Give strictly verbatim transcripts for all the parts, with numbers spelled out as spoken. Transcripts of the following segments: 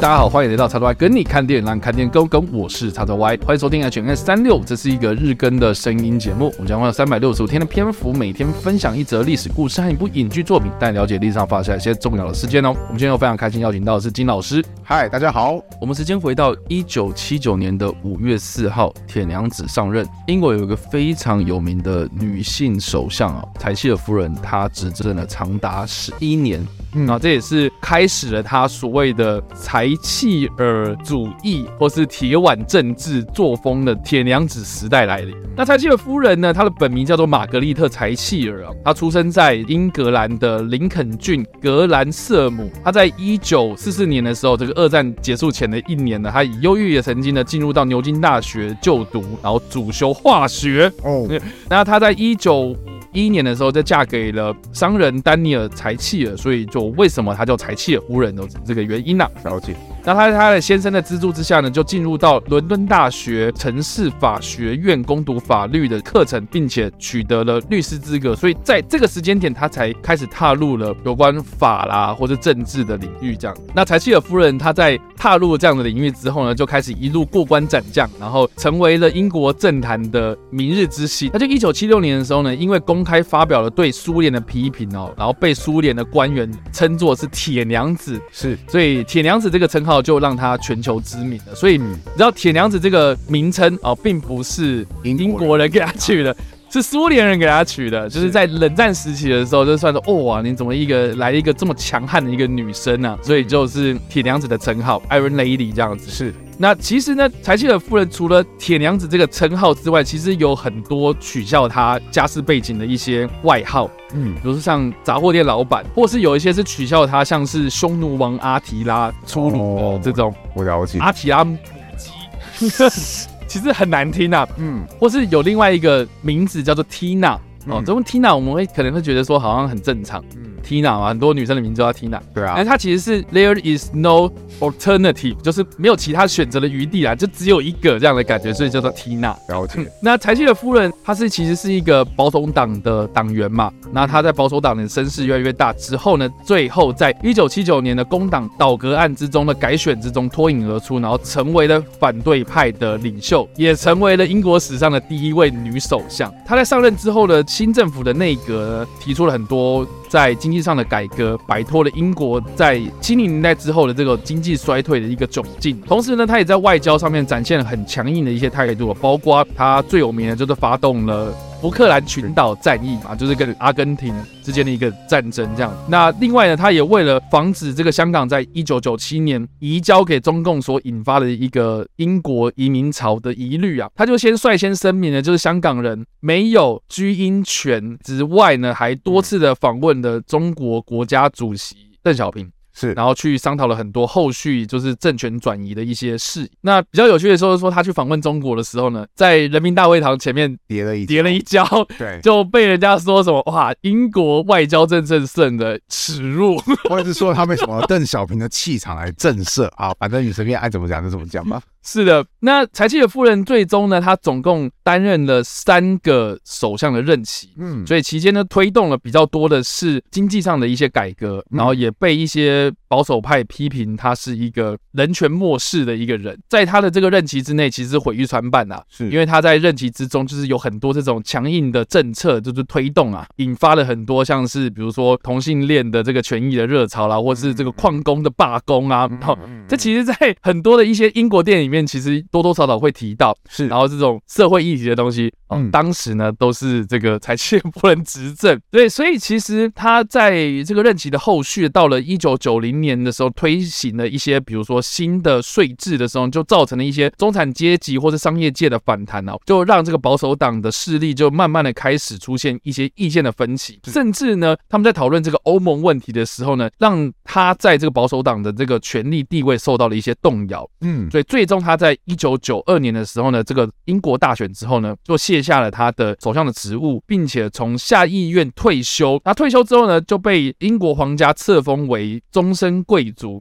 大家好，欢迎来到叉叉 Y 跟你看电影，让你看电影更跟，我是叉叉 Y， 欢迎收听 H N S 三六，这是一个日更的声音节目，我们将花三百六十五天的篇幅，每天分享一则历史故事和一部影剧作品，带你了解历史上发生一些重要的事件哦。我们今天又非常开心邀请到的是金老师。 嗨，大家好。 我们时间回到一九七九年的五月四号，铁娘子上任。英国有一个非常有名的女性首相哦，柴契尔夫人，她执政了长达十一年。嗯，啊，这也是开始了他所谓的柴契尔主义或是铁腕政治作风的铁娘子时代来临。那柴契尔夫人呢，她的本名叫做玛格丽特·柴契尔，她出生在英格兰的林肯郡格兰瑟姆。她在一九四四年的时候，这个二战结束前的一年呢，她以优异的成绩呢进入到牛津大学就读，然后主修化学。哦，那她在一九五一年的时候，就嫁给了商人丹尼尔·柴契尔，所以就为什么她叫柴契尔夫人的这个原因呢、啊？ 了解。 那她在她的先生的资助之下呢，就进入到伦敦大学城市法学院攻读法律的课程，并且取得了律师资格。所以在这个时间点，她才开始踏入了有关法啦或者政治的领域。这样，那柴契尔夫人她在踏入这样的领域之后呢，就开始一路过关斩将，然后成为了英国政坛的明日之星。那就一九七六年的时候呢，因为公开发表了对苏联的批评哦，然后被苏联的官员称作是铁娘子， 是， 所以铁娘子这个称号就让她全球知名了。所以你知道铁娘子这个名称哦，并不是英国人给她取的。是苏联人给他取的，就是在冷战时期的时候，就算说，哦哇，你怎么一个来一个这么强悍的一个女生啊？所以就是铁娘子的称号 ，Iron Lady 这样子。 是。 那其实呢，柴契尔夫人除了铁娘子这个称号之外，其实有很多取笑她家世背景的一些外号，嗯，比如说像杂货店老板，或是有一些是取笑她像是匈奴王阿提拉出炉的这种。 哦、我了解。 阿提拉母鸡。其实很难听啊，嗯，或是有另外一个名字叫做 Tina 哦，这种 Tina 我们会可能会觉得说好像很正常，嗯 ，Tina 嘛，很多女生的名字叫 Tina， 对啊， 但它其实是 There is no alternative， 就是没有其他选择的余地啦，就只有一个这样的感觉，所以叫做 Tina。 了解。嗯、 那柴契尔夫人她是其实是一个保守党的党员嘛，那她在保守党的声势越来越大之后呢，最后在一九七九年的工党倒戈案之中的改选之中脱颖而出，然后成为了反对派的领袖，也成为了英国史上的第一位女首相。她在上任之后呢，新政府的内阁提出了很多在经济上的改革，摆脱了英国在七零年代之后的这个经济衰退的一个窘境。同时呢，他也在外交上面展现了很强硬的一些态度，包括他最有名的就是发动了福克兰群岛战役嘛，就是跟阿根廷之间的一个战争这样。那另外呢，他也为了防止这个香港在一九九七年移交给中共所引发的一个英国移民潮的疑虑啊，他就先率先声明了，就是香港人没有居英权之外呢，还多次的访问了中国国家主席邓小平。 是， 然后去商讨了很多后续就是政权转移的一些事。那比较有趣的时候是说，他去访问中国的时候呢，在人民大会堂前面跌了一跌了一跤， 对， 就被人家说什么哇，英国外交政策胜的耻辱， 或者是说他们什么邓小平的气场来震慑啊，反正你随便爱怎么讲就怎么讲吧。 是的，那柴契尔夫人最终呢，她总共担任了三个首相的任期，嗯，所以期间呢，推动了比较多的是经济上的一些改革，然后也被一些保守派批评她是一个人权漠视的一个人。在她的这个任期之内，其实毁誉参半啊，是因为她在任期之中就是有很多这种强硬的政策，就是推动啊，引发了很多像是比如说同性恋的这个权益的热潮啦，或是这个矿工的罢工啊，然后这其实在很多的一些英国电影里面其实多多少少会提到，是，然后这种社会议题的东西，哦嗯、当时呢都是这个柴契尔夫人执政，对，所以其实他在这个任期的后续，到了一九九零年的时候，推行了一些比如说新的税制的时候，就造成了一些中产阶级或是商业界的反弹哦，就让这个保守党的势力就慢慢的开始出现一些意见的分歧，甚至呢他们在讨论这个欧盟问题的时候呢，让他在这个保守党的这个权力地位受到了一些动摇，嗯，所以最终他在一九九二年的时候呢，这个英国大选之后呢，就卸下了他的首相的职务，并且从下议院退休。他退休之后呢，就被英国皇家册封为终身贵族。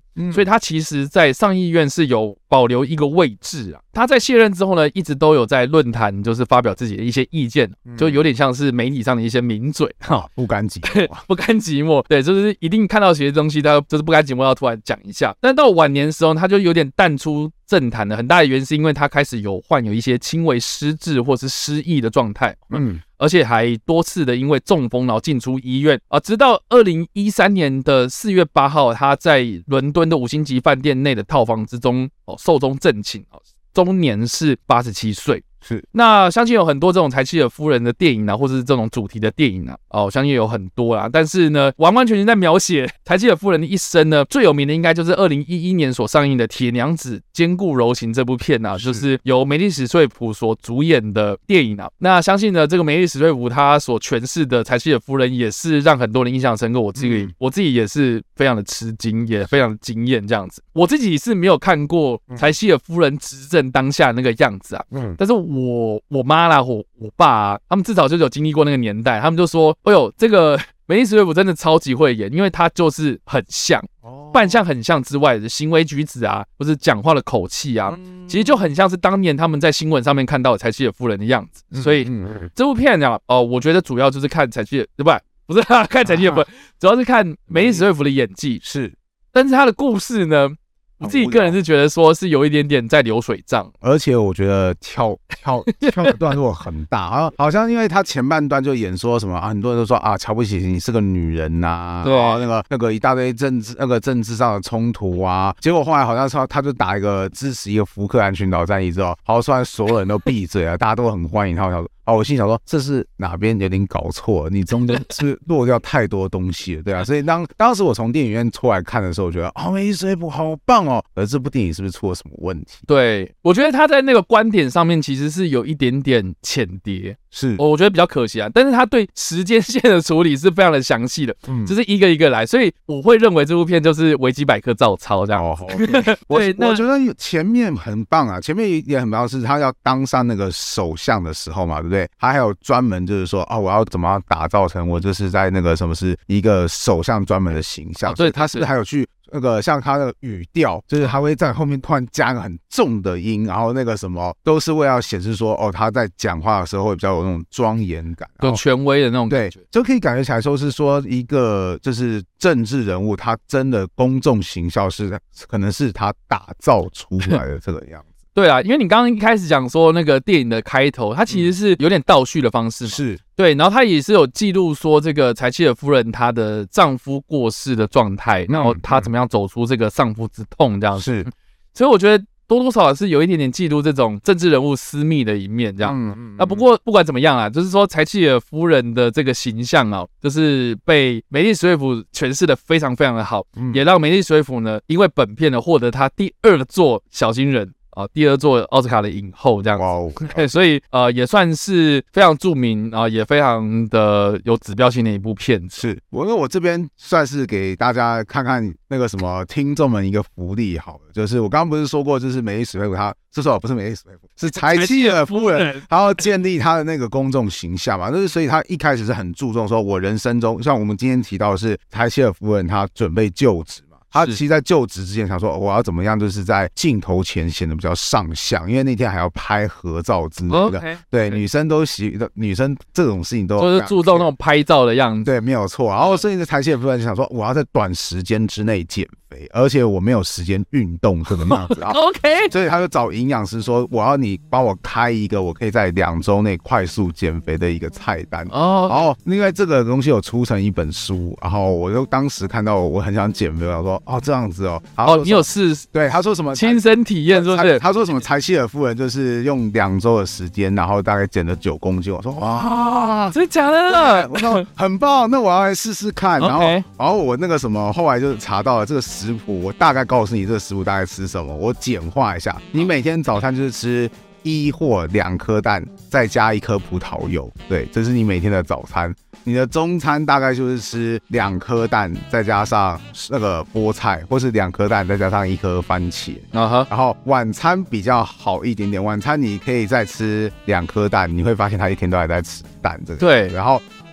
嗯、所以他其实在上议院是有保留一个位置啊。他在卸任之后呢，一直都有在论坛就是发表自己的一些意见，嗯、就有点像是媒体上的一些名嘴哈， 不甘寂寞， 不甘寂寞，对，就是一定看到些东西，他就是不甘寂寞要突然讲一下。但到晚年的时候，他就有点淡出政坛的，很大的原因是因为他开始有患有一些轻微失智或是失忆的状态，嗯，而且还多次的因为中风然后进出医院啊，直到二零一三年的四月八号，他在伦敦的五星级饭店内的套房之中哦寿终正寝哦。终年是八十七岁， 是那相信有很多这种柴契尔夫人的电影啊，或者是这种主题的电影啊，哦，相信有很多啦。但是呢，完完全全在描写柴契尔夫人的一生呢，最有名的应该就是二零一一年所上映的《铁娘子坚固柔情》这部片啊，就是由梅丽史翠普所主演的电影啊。那相信呢，这个梅丽史翠普她所诠释的柴契尔夫人也是让很多人印象深刻。我自己、嗯、我自己也是非常的吃惊，也非常的惊艳这样子。我自己是没有看过柴契尔夫人执政当下那个样子啊，嗯，但是我我妈啦，我我爸啊，他们至少就有经历过那个年代，他们就说，哎呦，这个梅丽史翠普真的超级会演，因为她就是很像，扮相很像之外的行为举止啊，或是讲话的口气啊，嗯、其实就很像是当年他们在新闻上面看到的柴契尔夫人的样子。嗯、所以、嗯、这部片啊，哦、呃，我觉得主要就是看柴契尔，对不对？不是、啊、看柴契尔夫人，主要是看梅丽史翠普的演技是，但是她的故事呢？我自己个人是觉得说是有一点点在流水账， 而且我觉得跳跳跳的段落很大啊，好像因为他前半段就演说什么啊，很多人都说啊瞧不起你是个女人呐、啊，对、啊，那个那个一大堆政治那个政治上的冲突啊，结果后来好像说他就打一个支持一个福克兰群岛战役之后，好虽然所有人都闭嘴了，大家都很欢迎他，我想说。哦，我心想说，这是哪边有点搞错了？你中间是不是落掉太多东西了，对啊。所以当当时我从电影院出来看的时候，我觉得哦，梅丽史翠普好棒哦。而这部电影是不是出了什么问题？ 对，我觉得他在那个观点上面其实是有一点点浅碟， 是， 我觉得比较可惜啊。但是他对时间线的处理是非常的详细的，嗯，就是一个一个来，所以我会认为这部片就是维基百科照抄这样。哦， okay 对，我觉得前面很棒啊，前面也很棒，是他要当上那个首相的时候嘛，对不对？他还有专门就是说啊，我要怎么样打造成我就是在那个什么是一个首相专门的形象，所以他是不是还有去那个像他的语调，就是他会在后面突然加个很重的音，然后那个什么都是为了显示说哦他在讲话的时候会比较有那种庄严感， 有权威的那种感觉， 对，就可以感觉起来说是说一个就是政治人物，他真的公众形象是可能是他打造出来的这个样子。 对啊，因为你刚刚一开始讲说那个电影的开头，它其实是有点倒叙的方式嘛， 是对，然后它也是有记录说这个柴契尔夫人她的丈夫过世的状态，然后她怎么样走出这个丧夫之痛这样子， 是， 所以我觉得多多少少是有一点点记录这种政治人物私密的一面这样。嗯嗯。那不过不管怎么样啊，就是说柴契尔夫人的这个形象啊，就是被梅丽史翠普诠释的非常非常的好，嗯、也让梅丽史翠普呢，因为本片呢获得她第二座小金人。啊，第二座奥斯卡的影后这样子，哇、wow ，所以呃也算是非常著名啊、呃，也非常的有指标性的一部片子。 是，我因为我这边算是给大家看看那个什么听众们一个福利好了，就是我刚刚不是说过，就是梅丽史翠普她，这时候不是梅丽史翠普，是柴契尔夫人，她要建立她的那个公众形象嘛，就是所以她一开始是很注重说，我人生中像我们今天提到的是柴契尔夫人，她准备就职。他其实在就职之前想说，我要怎么样，就是在镜头前显得比较上相，因为那天还要拍合照之类的。Okay, 对， okay. 女生都喜，女生这种事情都就是注重那种拍照的样子。 对，没有错。然后所以柴契尔夫人就想说，我要在短时间之内减肥，而且我没有时间运动这个样子啊。 OK， 所以他就找营养师说，我要你帮我开一个我可以在两周内快速减肥的一个菜单。哦，然后因为这个东西有出成一本书，然后我就当时看到我很想减肥，我说。哦，这样子哦， 哦，你有试？ 对，他说什么亲身体验，是不是？ 他说什么柴契尔夫人就是用两周的时间，然后大概减了九公斤。我说哇， 真的假的？ 我说很棒，那我要来试试看。然后， okay. 然后我那个什么，后来就查到了这个食谱，我大概告诉你这个食谱大概吃什么，我简化一下，你每天早餐就是吃一或两颗蛋，再加一颗葡萄柚，对，这是你每天的早餐。你的中餐大概就是吃两颗蛋，再加上那个菠菜，或是两颗蛋再加上一颗番茄。Uh-huh. 然后晚餐比较好一点点，晚餐你可以再吃两颗蛋，你会发现他一天都还在吃蛋这个。 对， 然后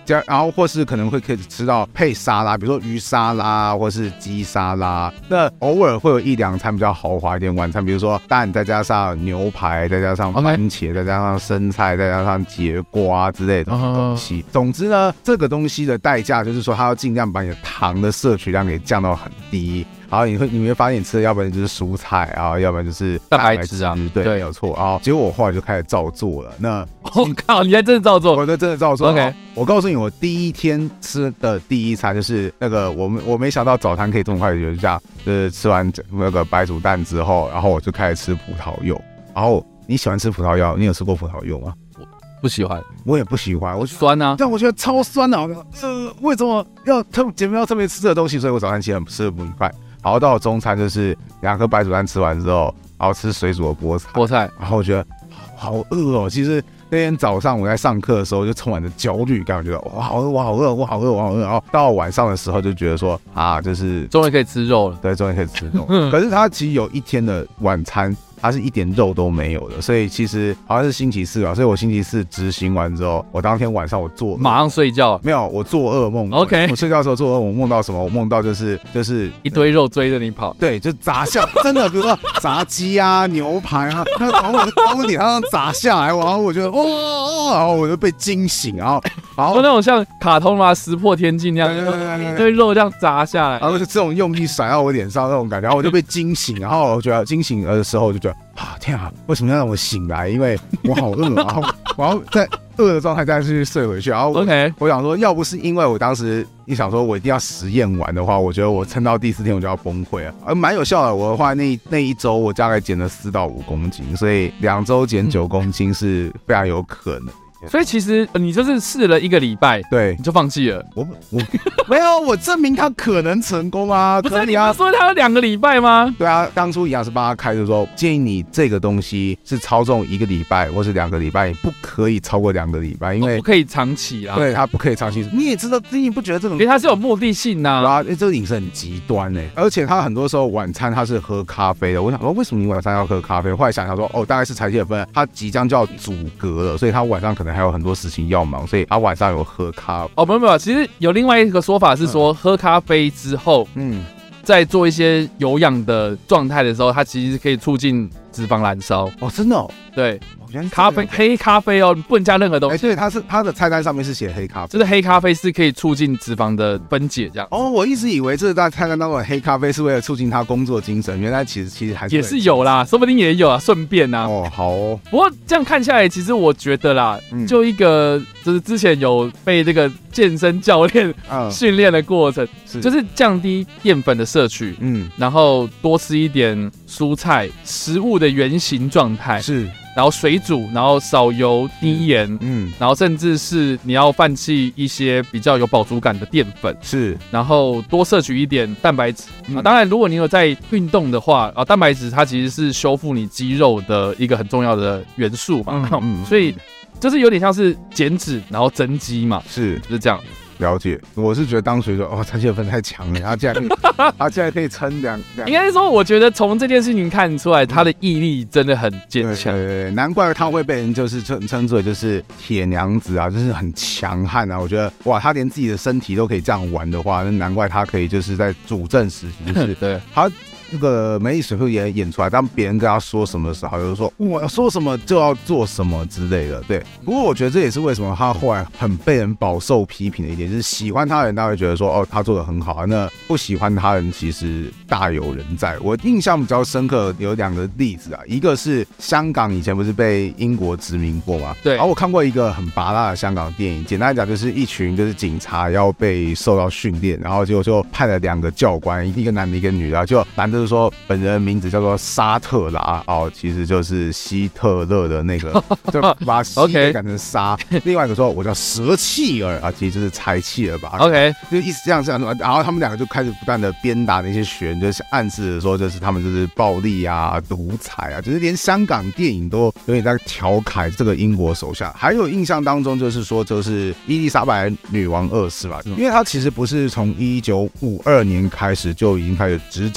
加然后或是可能会可以吃到配沙拉，比如说鱼沙拉或是鸡沙拉。那偶尔会有一两餐比较豪华一点晚餐，比如说蛋再加上牛排，再加上番茄， okay. 再加上生菜，再加上节瓜之类的东西。Uh-huh. 总之呢，这个东西的代价就是说，它要尽量把你的糖的摄取量给降到很低。然后你会你会发现你吃的要不然就是蔬菜啊，要不然就是蛋白质啊， 对，没有错。然后结果我后来就开始照做了。那我、哦、靠，你还真的照做？ 我真的照做。 OK， 我告诉你，我第一天吃的第一餐就是那个我们我没想到早餐可以这么快就这样，就是吃完那个白煮蛋之后，然后我就开始吃葡萄柚。然后你喜欢吃葡萄柚？你有吃过葡萄柚吗？ 不喜欢， 我也不喜欢，我酸啊， 但我觉得超酸的、啊。呃，为什么要特节目要特别吃这个东西？所以我早餐其实很吃的不愉快。然后到了中餐就是两颗白煮蛋吃完之后，然后吃水煮的菠菜， 菠菜， 然后我觉得好饿哦。其实那天早上我在上课的时候就充满着焦虑感，我觉得哇好饿，我好饿，我好饿，我好饿。然后到晚上的时候就觉得说啊，就是终于可以吃肉了， 对，终于可以吃肉。可是他其实有一天的晚餐。它是一点肉都没有的，所以其实好像是星期四吧，所以我星期四执行完之后，我当天晚上我做马上睡觉， 没有，我做噩梦。 OK， 我睡觉的时候做噩梦，我梦到什么？我梦到就是就是一堆肉追着你跑， 对，就砸下，真的，比如说炸鸡啊、牛排啊，那从我的头顶上砸下来，然后我就哦，然后我就被惊醒，然后然后那种像卡通啊、石破天惊那样，对对对对，一堆肉这样砸下来， 然后就这种用力甩到我脸上那种感觉，然后我就被惊醒，然后我觉得惊醒的时候我就觉得。啊天啊！为什么要让我醒来？因为我好饿，然后我要在饿的状态再去睡回去。然后我, okay. 我想说，要不是因为我当时一想说我一定要实验完的话，我觉得我撑到第四天我就要崩溃了。而蛮有效的，我的话那那一周我大概减了四到五公斤，所以两周减九公斤是非常有可能。 所以其实你就是试了一个礼拜， 对， 你就放弃了。 我我没有，我证明他可能成功啊！ 不是你要说他有两个礼拜吗？ 对啊，当初营养师帮他开的时候，建议你这个东西是操纵一个礼拜或是两个礼拜，不可以超过两个礼拜，因为、 哦、不可以长期啊。 对，他不可以长期。你也知道，你不觉得这种？ 因为它是有目的性呐、啊。 啊，这个饮食很极端哎、欸，而且他很多时候晚餐他是喝咖啡的。我想说，为什么你晚上要喝咖啡？后来想想说，哦，大概是柴契尔夫人他即将就要阻隔了，所以他晚上可能还有很多事情要忙，所以他晚上有喝咖啡。 哦，没有没有，其实有另外一个说法是说，嗯、喝咖啡之后，嗯，在做一些有氧的状态的时候，它其实可以促进脂肪燃烧。 哦，真的哦， 对。咖啡黑咖啡哦，不能加任何东西。 哎、欸，对，它是它的菜单上面是写黑咖啡， 就是黑咖啡是可以促进脂肪的分解这样。 哦，我一直以为这在菜单当中的黑咖啡是为了促进他工作精神，原来其实其实还是也是有啦，说不定也有啊，顺便啊。 哦，好哦。 不过这样看下来，其实我觉得啦，嗯、就一个就是之前有被这个健身教练训练的过程、嗯，就是降低淀粉的摄取，嗯，然后多吃一点蔬菜，食物的原型状态是。 然后水煮，然后少油低盐，嗯，然后甚至是你要放弃一些比较有饱足感的淀粉， 是， 然后多摄取一点蛋白质、嗯啊。当然，如果你有在运动的话，啊，蛋白质它其实是修复你肌肉的一个很重要的元素嘛，嗯嗯、所以就是有点像是减脂然后增肌嘛， 是， 就是这样。 了解，我是觉得当时说哦，柴契尔夫人太强了，他竟然可以，他竟然可以撑两两。 应该是说，我觉得从这件事情看出来，他的毅力真的很坚强。 对对对，难怪他会被人就是称称之为就是铁娘子啊，就是很强悍啊。我觉得哇，他连自己的身体都可以这样玩的话，那难怪他可以就是在主政时期，就是对他。那个梅丽史翠普也演出来，当别人跟他说什么的时候，就是说我要说什么就要做什么之类的。对，不过我觉得这也是为什么他后来很被人饱受批评的一点，就是喜欢他的人他会觉得说哦，他做得很好啊，那不喜欢他的人其实大有人在。我印象比较深刻有两个例子啊，一个是香港以前不是被英国殖民过吗？ 对， 然后我看过一个很拔辣的香港电影，简单来讲就是一群就是警察要被受到训练，然后结果就派了两个教官，一个男的一个女的，就男的就是说本人名字叫做沙特拉哦，其实就是希特勒的那个，就把希给改成沙。另外一个说我叫蛇契尔啊，其实就是柴契尔吧。 OK， 就意思这样这样说，然后他们两个就开始不断的鞭打那些学员，就是暗示的说，就是他们就是暴力啊、独裁啊，就是连香港电影都有点在调侃这个英国首相。还有印象当中就是说，就是伊丽莎白女王二世嘛，因为她其实不是从一九五二年开始就已经开始执掌英国。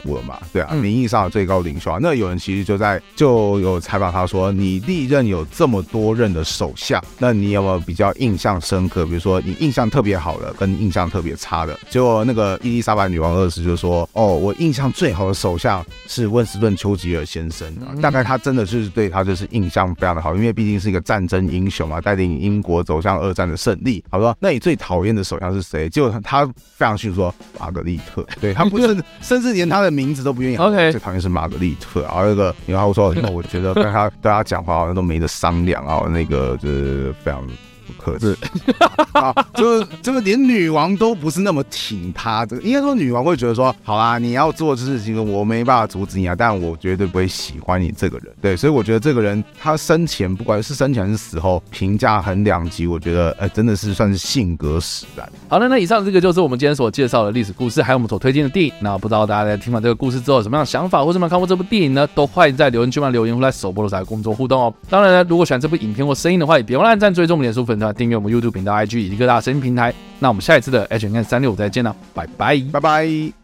国了嘛，对啊，名义上的最高领袖啊。那有人其实就在就有采访他说，你历任有这么多任的首相，那你有没有比较印象深刻？比如说你印象特别好的跟印象特别差的？结果那个伊丽莎白女王二世就说，哦，我印象最好的首相是温斯顿丘吉尔先生，大概他真的就是对他就是印象非常的好，因为毕竟是一个战争英雄嘛，带领英国走向二战的胜利。好说，那你最讨厌的首相是谁？结果他非常迅速说玛格丽特，对他不是甚至连他的名字都不愿意。 OK， 最讨厌是玛格丽特。然后那个，然后说，因为我觉得跟他对他讲话好像都没得商量啊，那个就是非常。不克制啊，就这个连女王都不是那么挺他，这个应该说女王会觉得说，好啦，你要做这事情，我没办法阻止你啊，但我绝对不会喜欢你这个人。对，所以我觉得这个人他生前不管是生前还是死后，评价很两极，我觉得呃真的是算是性格使然。 好的，那以上这个就是我们今天所介绍的历史故事，还有我们所推荐的电影。那不知道大家在听完这个故事之后有什么样的想法，或者有没有看过这部电影呢？都欢迎在留言区帮留言，或在首播的时候工作互动哦。当然呢，如果喜欢这部影片或声音的话，也别忘了按赞、追踪我们脸书粉团、订阅我们 YouTube 频道、I G 以及各大声音平台。那我们下一次的 H N N 三六五再见了，拜拜， 拜拜。